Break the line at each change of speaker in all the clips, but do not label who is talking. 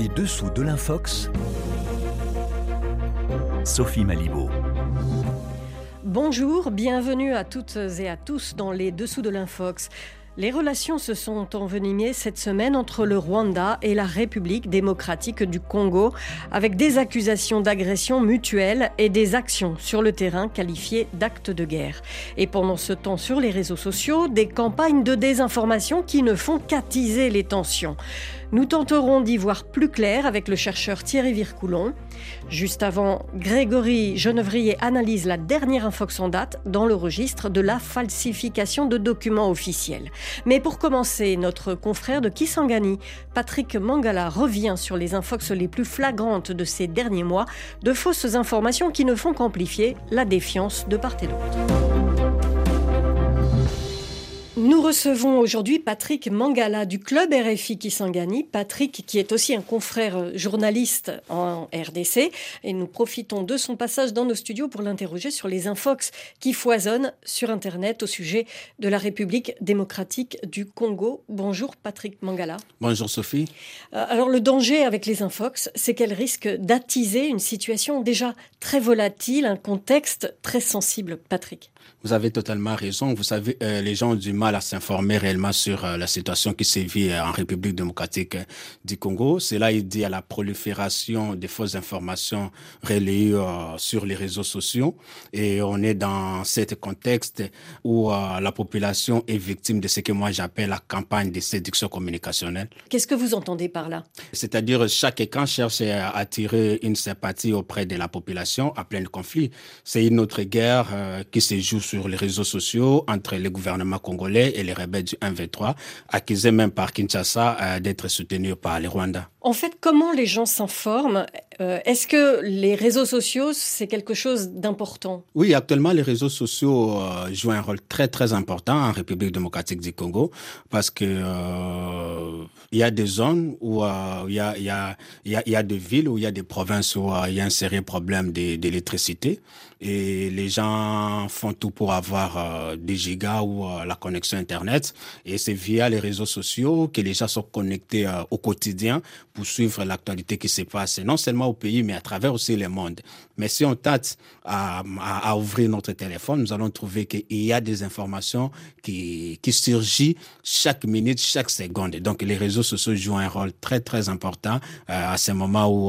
Les dessous de l'Infox, Sophie Malibaud.
Bonjour, bienvenue à toutes et à tous dans les dessous de l'Infox. Les relations se sont envenimées cette semaine entre le Rwanda et la République démocratique du Congo, avec des accusations d'agression mutuelle et des actions sur le terrain qualifiées d'actes de guerre. Et pendant ce temps, sur les réseaux sociaux, des campagnes de désinformation qui ne font qu'attiser les tensions. Nous tenterons d'y voir plus clair avec le chercheur Thierry Vircoulon. Juste avant, Grégory Genevrier analyse la dernière Infox en date dans le registre de la falsification de documents officiels. Mais pour commencer, notre confrère de Kisangani, Patrick Mangala, revient sur les Infox les plus flagrantes de ces derniers mois, de fausses informations qui ne font qu'amplifier la défiance de part et d'autre. Nous recevons aujourd'hui Patrick Mangala du club RFI Kisangani. Patrick qui est aussi un confrère journaliste en RDC et nous profitons de son passage dans nos studios pour l'interroger sur les infox qui foisonnent sur Internet au sujet de la République démocratique du Congo. Bonjour Patrick Mangala.
Bonjour Sophie.
Alors le danger avec les infox, c'est qu'elles risquent d'attiser une situation déjà très volatile, un contexte très sensible. Patrick.
Vous avez totalement raison. Vous savez, les gens ont du mal à s'informer réellement sur la situation qui sévit en République démocratique du Congo. Cela est dû à la prolifération des fausses informations relayées sur les réseaux sociaux. Et on est dans ce contexte où la population est victime de ce que moi j'appelle la campagne de séduction communicationnelle.
Qu'est-ce que vous entendez par là?
C'est-à-dire chaque camp cherche à attirer une sympathie auprès de la population à plein de conflits. C'est une autre guerre qui se joue sur les réseaux sociaux entre le gouvernement congolais et les rebelles du 1-23, accusés même par Kinshasa d'être soutenus par les Rwandais.
En fait, comment les gens s'informent? Est-ce que les réseaux sociaux, c'est quelque chose d'important?
Oui, actuellement, les réseaux sociaux jouent un rôle très, très important en République démocratique du Congo parce que il y a des zones où il y a des villes, où il y a des provinces où il y a un sérieux problème d'électricité et les gens font tout pour avoir des gigas ou la connexion Internet. Et c'est via les réseaux sociaux que les gens sont connectés au quotidien pour suivre l'actualité qui se passe, non seulement au pays, mais à travers aussi le monde. Mais si on tâte à ouvrir notre téléphone, nous allons trouver qu'il y a des informations qui surgissent chaque minute, chaque seconde. Donc, les réseaux sociaux jouent un rôle très, très important à ce moment où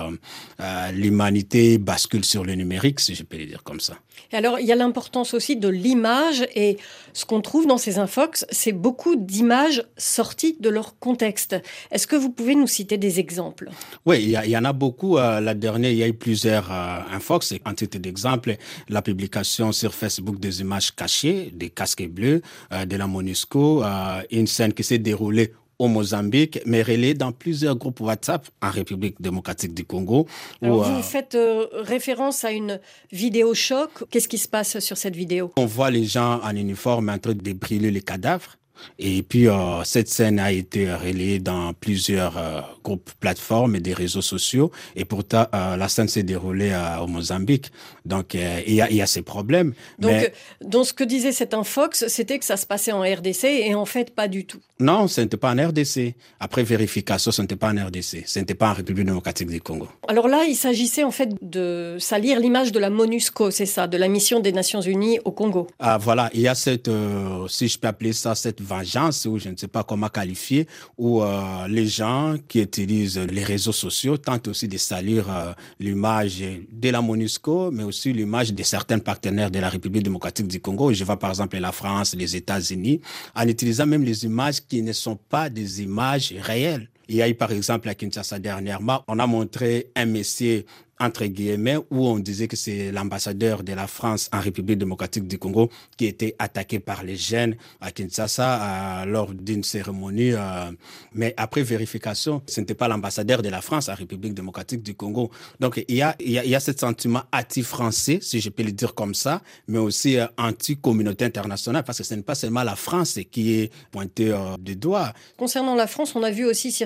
l'humanité bascule sur le numérique, si je peux le dire comme ça.
Et alors, il y a l'importance aussi de l'image et ce qu'on trouve dans ces infox, c'est beaucoup d'images sorties de leur contexte. Est-ce que vous pouvez nous citer des exemples?
Oui, il y en a beaucoup. La dernière, il y a eu plusieurs infox. En titre d'exemple, la publication sur Facebook des images cachées, des casques bleus, de la MONUSCO, une scène qui s'est déroulée au Mozambique, mais relayée dans plusieurs groupes WhatsApp en République démocratique du Congo.
Alors vous faites référence à une vidéo choc. Qu'est-ce qui se passe sur cette vidéo?
On voit les gens en uniforme en train de brûler les cadavres. Et puis, cette scène a été relayée dans plusieurs groupes, plateformes et des réseaux sociaux. Et pourtant, la scène s'est déroulée au Mozambique. Donc, il y a ces problèmes.
Donc, dans ce que disait cet infox, c'était que ça se passait en RDC et en fait, pas du tout.
Non, ce n'était pas en RDC. Après vérification, ce n'était pas en RDC. Ce n'était pas en République démocratique du Congo.
Alors là, il s'agissait en fait de salir l'image de la MONUSCO, c'est ça, de la mission des Nations Unies au Congo.
Ah, voilà. Il y a cette, si je peux appeler ça, cette vengeance, ou je ne sais pas comment qualifier, où les gens qui utilisent les réseaux sociaux tentent aussi de salir l'image de la MONUSCO, mais aussi l'image de certains partenaires de la République démocratique du Congo. Je vois par exemple la France, les États-Unis, en utilisant même les images qui ne sont pas des images réelles. Il y a eu par exemple à Kinshasa dernièrement, on a montré un monsieur entre guillemets, où on disait que c'est l'ambassadeur de la France en République démocratique du Congo qui était attaqué par les jeunes à Kinshasa lors d'une cérémonie. Mais après vérification, ce n'était pas l'ambassadeur de la France en République démocratique du Congo. Donc, il y a ce sentiment anti-français, si je peux le dire comme ça, mais aussi anti-communauté internationale, parce que ce n'est pas seulement la France qui est pointée du doigt.
Concernant la France, on a vu aussi circuler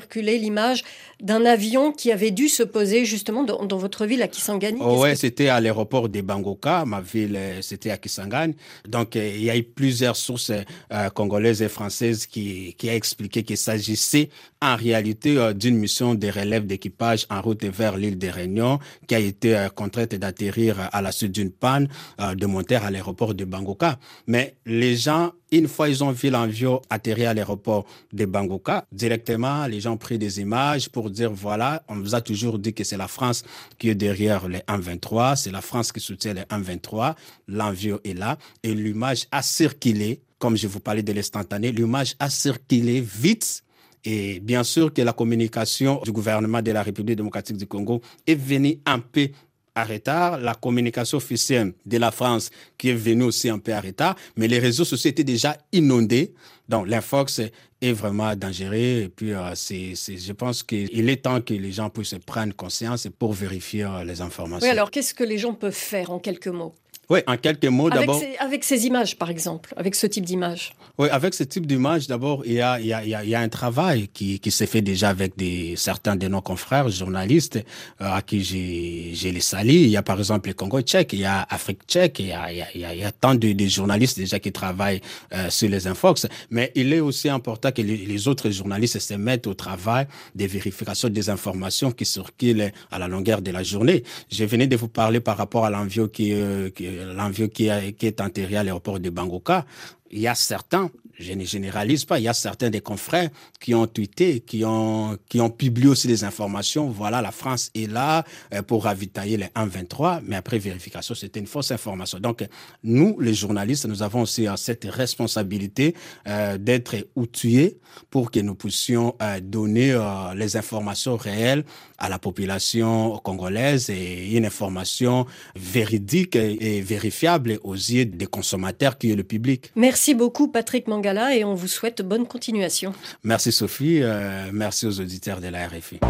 circulé l'image d'un avion qui avait dû se poser justement dans votre ville, à Kisangani.
Oui, c'était à l'aéroport de Bangoka, ma ville, c'était à Kisangani. Donc, il y a eu plusieurs sources congolaises et françaises qui a expliqué qu'il s'agissait en réalité d'une mission de relève d'équipage en route vers l'île de Réunion, qui a été contrainte d'atterrir à la suite d'une panne de moteur à l'aéroport de Bangoka. Mais les gens, une fois ils ont vu l'avion atterrir à l'aéroport de Bangoka, directement, les gens ont pris des images pour dire, voilà, on nous a toujours dit que c'est la France qui est derrière les 1-23, c'est la France qui soutient les 1-23, l'avion est là, et l'image a circulé, comme je vous parlais de l'instantané, l'image a circulé vite. Et bien sûr que la communication du gouvernement de la République démocratique du Congo est venue un peu à retard, la communication officielle de la France qui est venue aussi un peu à retard, mais les réseaux sociaux étaient déjà inondés. Donc l'infox est vraiment dangereux et puis je pense qu'il est temps que les gens puissent prendre conscience pour vérifier les informations.
Oui, alors qu'est-ce que les gens peuvent faire en quelques mots ?
Oui, en quelques mots, d'abord...
Avec ces images, par exemple, avec ce type d'image.
Oui, avec ce type d'image, d'abord, il y a un travail qui s'est fait déjà avec certains de nos confrères journalistes à qui j'ai les salis. Il y a par exemple le Congo tchèque, il y a Afrique tchèque, il y a tant de journalistes déjà qui travaillent sur les infox. Mais il est aussi important que les autres journalistes se mettent au travail des vérifications des informations qui circulent à la longueur de la journée. Je venais de vous parler par rapport à l'avion qui est enterré à l'aéroport de Bangoka. Il y a certains, je ne généralise pas, il y a certains des confrères qui ont tweeté, qui ont publié aussi des informations. Voilà, la France est là pour ravitailler les 1-23, mais après vérification, c'était une fausse information. Donc, nous, les journalistes, nous avons aussi cette responsabilité d'être outillés pour que nous puissions donner les informations réelles à la population congolaise et une information véridique et vérifiable aux yeux des consommateurs qui est le public.
Merci beaucoup Patrick Mangala et on vous souhaite bonne continuation.
Merci Sophie, merci aux auditeurs de la RFI.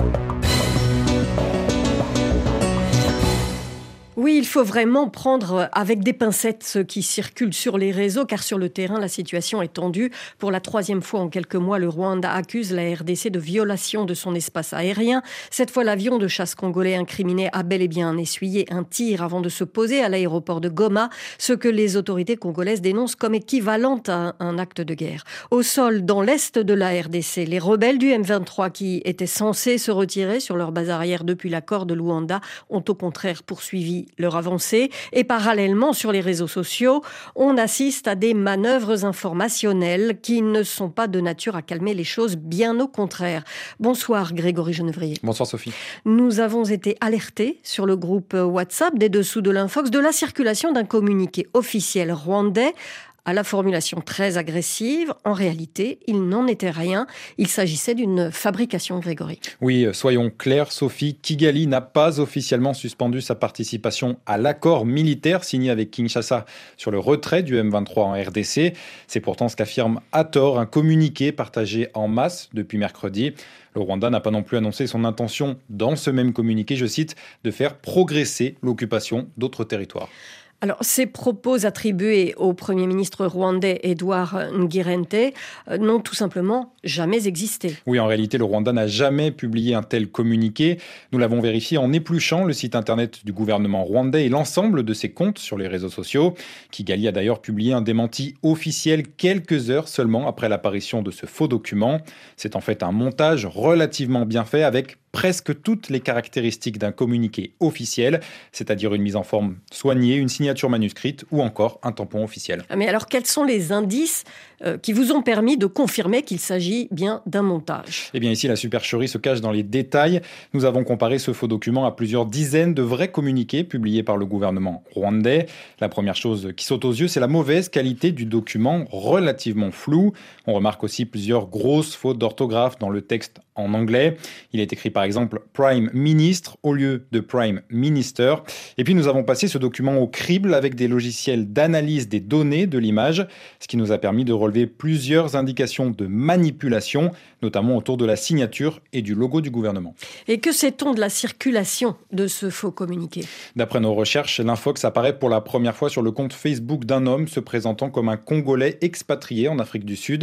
Oui, il faut vraiment prendre avec des pincettes ce qui circule sur les réseaux, car sur le terrain, la situation est tendue. Pour la 3e fois en quelques mois, le Rwanda accuse la RDC de violation de son espace aérien. Cette fois, l'avion de chasse congolais incriminé a bel et bien essuyé un tir avant de se poser à l'aéroport de Goma, ce que les autorités congolaises dénoncent comme équivalent à un acte de guerre. Au sol, dans l'est de la RDC, les rebelles du M23 qui étaient censés se retirer sur leur base arrière depuis l'accord de Luanda ont au contraire poursuivi leur avancée. Et parallèlement, sur les réseaux sociaux, on assiste à des manœuvres informationnelles qui ne sont pas de nature à calmer les choses, bien au contraire. Bonsoir Grégory Genevrier.
Bonsoir Sophie.
Nous avons été alertés sur le groupe WhatsApp des Dessous de l'Infox de la circulation d'un communiqué officiel rwandais à la formulation très agressive. En réalité, il n'en était rien. Il s'agissait d'une fabrication, Grégory.
Oui, soyons clairs, Sophie, Kigali n'a pas officiellement suspendu sa participation à l'accord militaire signé avec Kinshasa sur le retrait du M23 en RDC. C'est pourtant ce qu'affirme à tort un communiqué partagé en masse depuis mercredi. Le Rwanda n'a pas non plus annoncé son intention, dans ce même communiqué, je cite, de faire progresser l'occupation d'autres territoires.
Alors, ces propos attribués au Premier ministre rwandais Edouard Ngirente n'ont tout simplement jamais existé.
Oui, en réalité, le Rwanda n'a jamais publié un tel communiqué. Nous l'avons vérifié en épluchant le site internet du gouvernement rwandais et l'ensemble de ses comptes sur les réseaux sociaux. Kigali a d'ailleurs publié un démenti officiel quelques heures seulement après l'apparition de ce faux document. C'est en fait un montage relativement bien fait avec presque toutes les caractéristiques d'un communiqué officiel, c'est-à-dire une mise en forme soignée, une signature manuscrite ou encore un tampon officiel.
Mais alors, quels sont les indices qui vous ont permis de confirmer qu'il s'agit bien d'un montage ?
Eh bien ici, la supercherie se cache dans les détails. Nous avons comparé ce faux document à plusieurs dizaines de vrais communiqués publiés par le gouvernement rwandais. La première chose qui saute aux yeux, c'est la mauvaise qualité du document, relativement flou. On remarque aussi plusieurs grosses fautes d'orthographe dans le texte en anglais. Il est écrit par exemple « Prime Ministre » au lieu de « Prime Minister ». Et puis nous avons passé ce document au crible avec des logiciels d'analyse des données de l'image, ce qui nous a permis de relever plusieurs indications de manipulation, notamment autour de la signature et du logo du gouvernement.
Et que sait-on de la circulation de ce faux communiqué ?
D'après nos recherches, l'infox apparaît pour la première fois sur le compte Facebook d'un homme se présentant comme un Congolais expatrié en Afrique du Sud.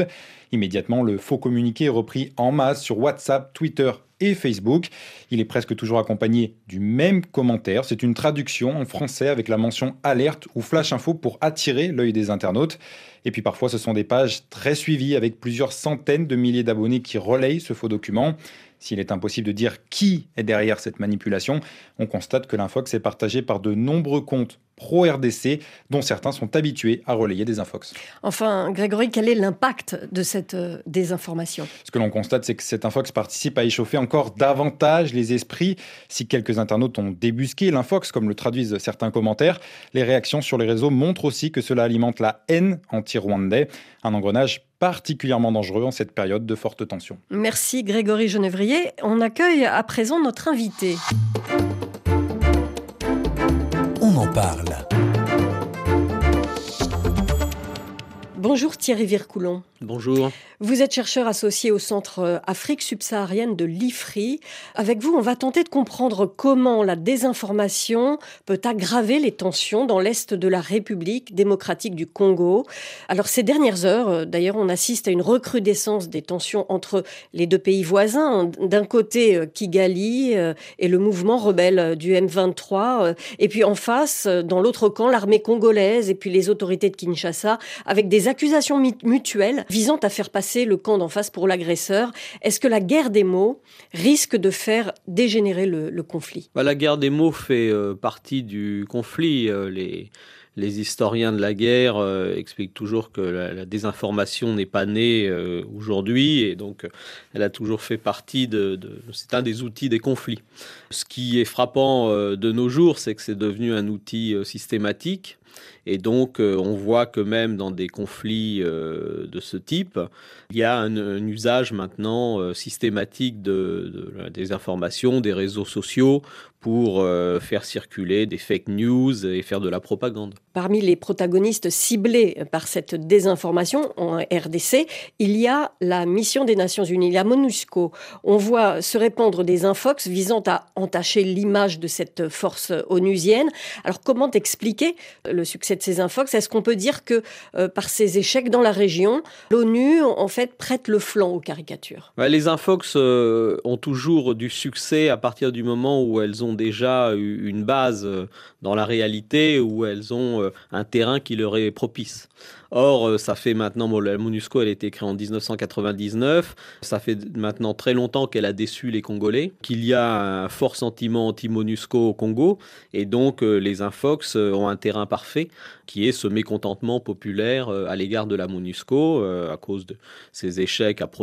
Immédiatement, le faux communiqué est repris en masse sur WhatsApp, Twitter et Facebook. Il est presque toujours accompagné du même commentaire. C'est une traduction en français avec la mention alerte ou flash info pour attirer l'œil des internautes. Et puis parfois, ce sont des pages très suivies avec plusieurs centaines de milliers d'abonnés qui relayent ce faux document. S'il est impossible de dire qui est derrière cette manipulation, on constate que l'infox est partagé par de nombreux comptes pro-RDC, dont certains sont habitués à relayer des infox.
Enfin, Grégory, quel est l'impact de cette désinformation ?
Ce que l'on constate, c'est que cet infox participe à échauffer encore davantage les esprits. Si quelques internautes ont débusqué l'infox, comme le traduisent certains commentaires, les réactions sur les réseaux montrent aussi que cela alimente la haine anti-rwandais, un engrenage particulièrement dangereux en cette période de forte tension.
Merci Grégory Genevrier. On accueille à présent notre invité.
On en parle.
Bonjour Thierry Vircoulon.
Bonjour.
Vous êtes chercheur associé au Centre Afrique subsaharienne de l'IFRI. Avec vous, on va tenter de comprendre comment la désinformation peut aggraver les tensions dans l'est de la République démocratique du Congo. Alors ces dernières heures, d'ailleurs, on assiste à une recrudescence des tensions entre les deux pays voisins. D'un côté, Kigali et le mouvement rebelle du M23. Et puis en face, dans l'autre camp, l'armée congolaise et puis les autorités de Kinshasa, avec des accusations mutuelles visant à faire passer le camp d'en face pour l'agresseur. Est-ce que la guerre des mots risque de faire dégénérer le conflit ?
La guerre des mots fait partie du conflit. Les historiens de la guerre expliquent toujours que la désinformation n'est pas née aujourd'hui et donc elle a toujours fait partie c'est un des outils des conflits. Ce qui est frappant de nos jours, c'est que c'est devenu un outil systématique. Et donc, on voit que même dans des conflits de ce type, il y a un usage maintenant systématique des informations, des réseaux sociaux pour faire circuler des fake news et faire de la propagande.
Parmi les protagonistes ciblés par cette désinformation en RDC, il y a la mission des Nations Unies, la MONUSCO. On voit se répandre des infox visant à entacher l'image de cette force onusienne. Alors, comment expliquer le succès de ces infox ? Est-ce qu'on peut dire que par ces échecs dans la région, l'ONU, en fait, prête le flanc aux caricatures ?
Les infox ont toujours du succès à partir du moment où elles ont déjà une base dans la réalité, où elles ont un terrain qui leur est propice. Or, ça fait maintenant, la MONUSCO, elle a été créée en 1999, ça fait maintenant très longtemps qu'elle a déçu les Congolais, qu'il y a un fort sentiment anti-MONUSCO au Congo, et donc les infox ont un terrain parfait, qui est ce mécontentement populaire à l'égard de la MONUSCO, à cause de ses échecs à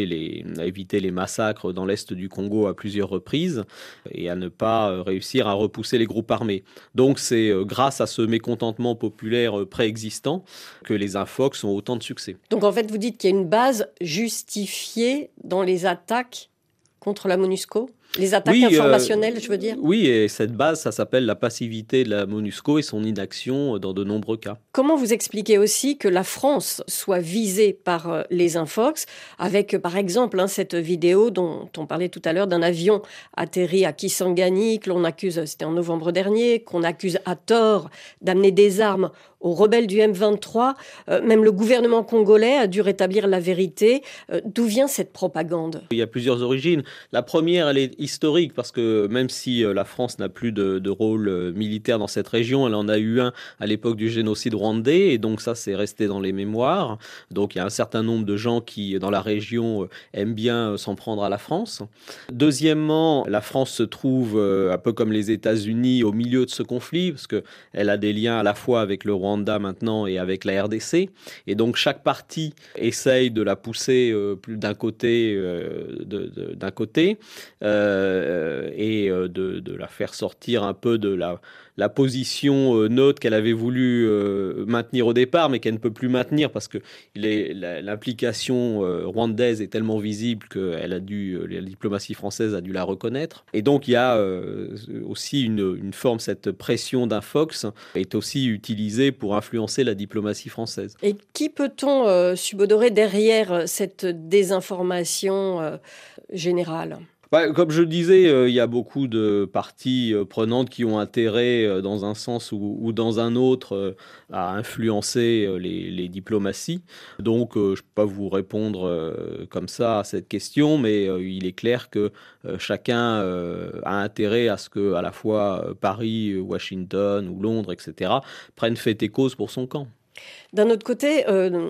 à éviter les massacres dans l'est du Congo à plusieurs reprises, et à ne pas réussir à repousser les groupes armés. Donc c'est grâce à ce mécontentement populaire préexistant que les infox ont autant de succès.
Donc en fait, vous dites qu'il y a une base justifiée dans les attaques contre la MONUSCO ? Les attaques informationnelles, je veux dire ?
Oui, et cette base, ça s'appelle la passivité de la MONUSCO et son inaction dans de nombreux cas.
Comment vous expliquez aussi que la France soit visée par les infox, avec par exemple cette vidéo dont on parlait tout à l'heure d'un avion atterri à Kisangani, que l'on accuse, c'était en novembre dernier, qu'on accuse à tort d'amener des armes aux rebelles du M23. Même le gouvernement congolais a dû rétablir la vérité. D'où vient cette propagande ?
Il y a plusieurs origines. La première, elle est historique, parce que même si la France n'a plus de rôle militaire dans cette région, elle en a eu un à l'époque du génocide rwandais, et donc ça, c'est resté dans les mémoires. Donc il y a un certain nombre de gens qui, dans la région, aiment bien s'en prendre à la France. Deuxièmement, la France se trouve, un peu comme les États-Unis, au milieu de ce conflit, parce qu'elle a des liens à la fois avec le Rwanda maintenant et avec la RDC. Et donc chaque partie essaye de la pousser plus d'un côté, et de la faire sortir un peu de la position neutre qu'elle avait voulu maintenir au départ, mais qu'elle ne peut plus maintenir parce que l'implication rwandaise est tellement visible que la diplomatie française a dû la reconnaître. Et donc il y a aussi une forme, cette pression d'infox est aussi utilisée pour influencer la diplomatie française.
Et qui peut-on subodorer derrière cette désinformation générale ?
Comme je disais, il y a beaucoup de parties prenantes qui ont intérêt, dans un sens ou dans un autre, à influencer les diplomaties. Donc, je ne peux pas vous répondre comme ça à cette question, mais il est clair que chacun a intérêt à ce que, à la fois Paris, Washington ou Londres, etc., prennent fait et cause pour son camp.
D'un autre côté,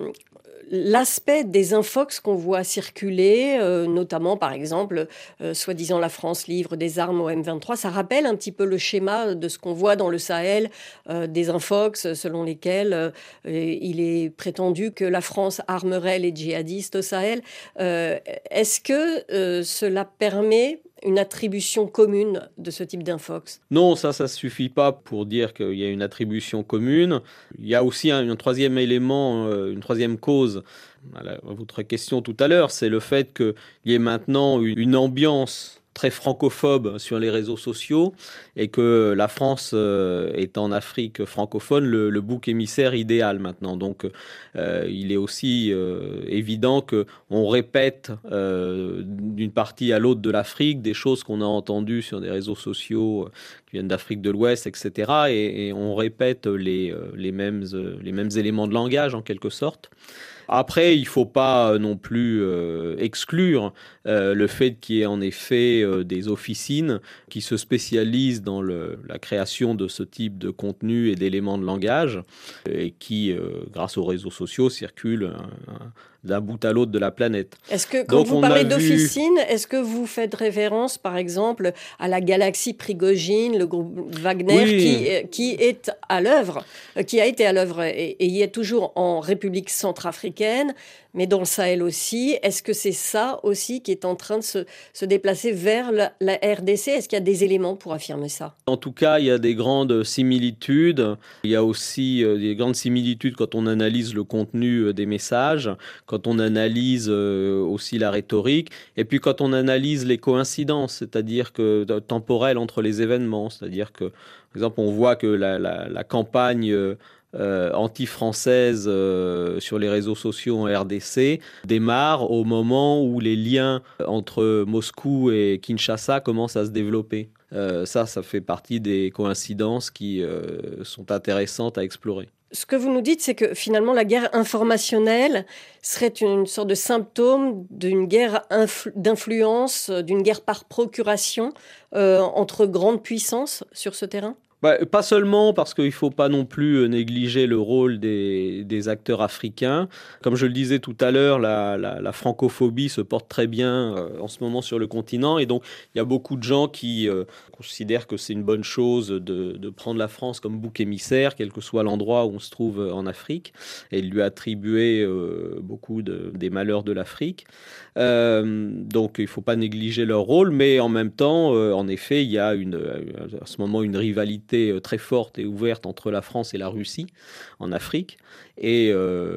l'aspect des infox qu'on voit circuler, notamment par exemple, soi-disant la France livre des armes au M23, ça rappelle un petit peu le schéma de ce qu'on voit dans le Sahel, des infox selon lesquels il est prétendu que la France armerait les djihadistes au Sahel. Est-ce que cela permet une attribution commune de ce type d'infox?
Non, ça suffit pas pour dire qu'il y a une attribution commune. Il y a aussi un troisième élément, une troisième cause à votre question tout à l'heure, c'est le fait qu'il y ait maintenant une ambiance très francophobe sur les réseaux sociaux et que la France est en Afrique francophone le bouc émissaire idéal maintenant. Donc il est aussi évident qu'on répète d'une partie à l'autre de l'Afrique des choses qu'on a entendues sur des réseaux sociaux qui viennent d'Afrique de l'Ouest, etc. Et on répète les mêmes éléments de langage en quelque sorte. Après, il ne faut pas non plus exclure le fait qu'il y ait en effet des officines qui se spécialisent dans la création de ce type de contenu et d'éléments de langage et qui, grâce aux réseaux sociaux, circulent d'un bout à l'autre de la planète.
Est-ce que, quand vous parlez d'officine, est-ce que vous faites référence, par exemple, à la galaxie Prigojine, le groupe Wagner, oui, qui est à l'œuvre, qui a été à l'œuvre et y est toujours en République centrafricaine, mais dans le Sahel aussi. Est-ce que c'est ça aussi qui est en train de se déplacer vers la RDC? Est-ce qu'il y a des éléments pour affirmer ça?
En tout cas, il y a des grandes similitudes. Il y a aussi des grandes similitudes quand on analyse le contenu des messages, quand on analyse aussi la rhétorique, et puis quand on analyse les coïncidences, c'est-à-dire que temporelles entre les événements. C'est-à-dire que, par exemple, on voit que la campagne anti-française sur les réseaux sociaux en RDC démarre au moment où les liens entre Moscou et Kinshasa commencent à se développer. Ça fait partie des coïncidences qui sont intéressantes à explorer.
Ce que vous nous dites, c'est que finalement la guerre informationnelle serait une sorte de symptôme d'une guerre d'influence, d'une guerre par procuration entre grandes puissances sur ce terrain ?
Pas seulement, parce qu'il ne faut pas non plus négliger le rôle des acteurs africains. Comme je le disais tout à l'heure, la francophobie se porte très bien en ce moment sur le continent. Et donc, il y a beaucoup de gens qui considèrent que c'est une bonne chose de prendre la France comme bouc émissaire, quel que soit l'endroit où on se trouve en Afrique, et de lui attribuer beaucoup des malheurs de l'Afrique. Donc, il ne faut pas négliger leur rôle. Mais en même temps, en effet, il y a à ce moment une rivalité très forte et ouverte entre la France et la Russie en Afrique. Et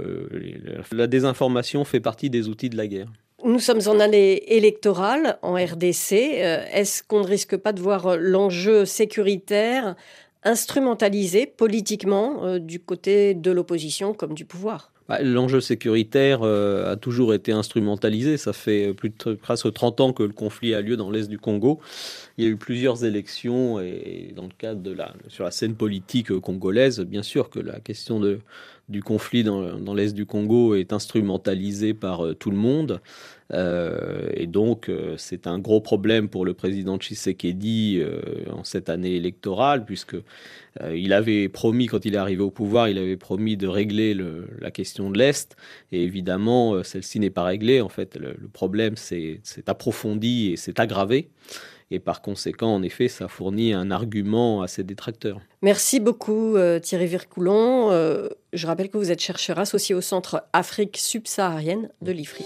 la désinformation fait partie des outils de la guerre.
Nous sommes en année électorale en RDC. Est-ce qu'on ne risque pas de voir l'enjeu sécuritaire instrumentalisé politiquement du côté de l'opposition comme du pouvoir ?
L'enjeu sécuritaire a toujours été instrumentalisé. Ça fait presque 30 ans que le conflit a lieu dans l'Est du Congo. Il y a eu plusieurs élections et dans le cadre sur la scène politique congolaise, bien sûr que la question du conflit dans l'Est du Congo est instrumentalisée par tout le monde. Et donc, c'est un gros problème pour le président Tshisekedi en cette année électorale, puisque il avait promis, quand il est arrivé au pouvoir, il avait promis de régler la question de l'Est. Et évidemment, celle-ci n'est pas réglée. En fait, le problème s'est approfondi et s'est aggravé. Et par conséquent, en effet, ça fournit un argument à ses détracteurs.
Merci beaucoup Thierry Vircoulon. Je rappelle que vous êtes chercheur associé au Centre Afrique subsaharienne de l'IFRI.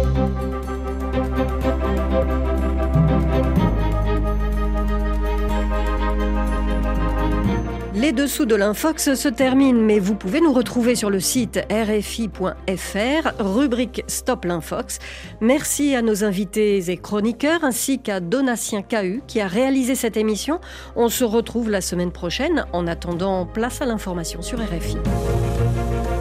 Les dessous de l'Infox se terminent, mais vous pouvez nous retrouver sur le site rfi.fr, rubrique Stop l'Infox. Merci à nos invités et chroniqueurs, ainsi qu'à Donatien Cahu qui a réalisé cette émission. On se retrouve la semaine prochaine. En attendant, place à l'information sur RFI.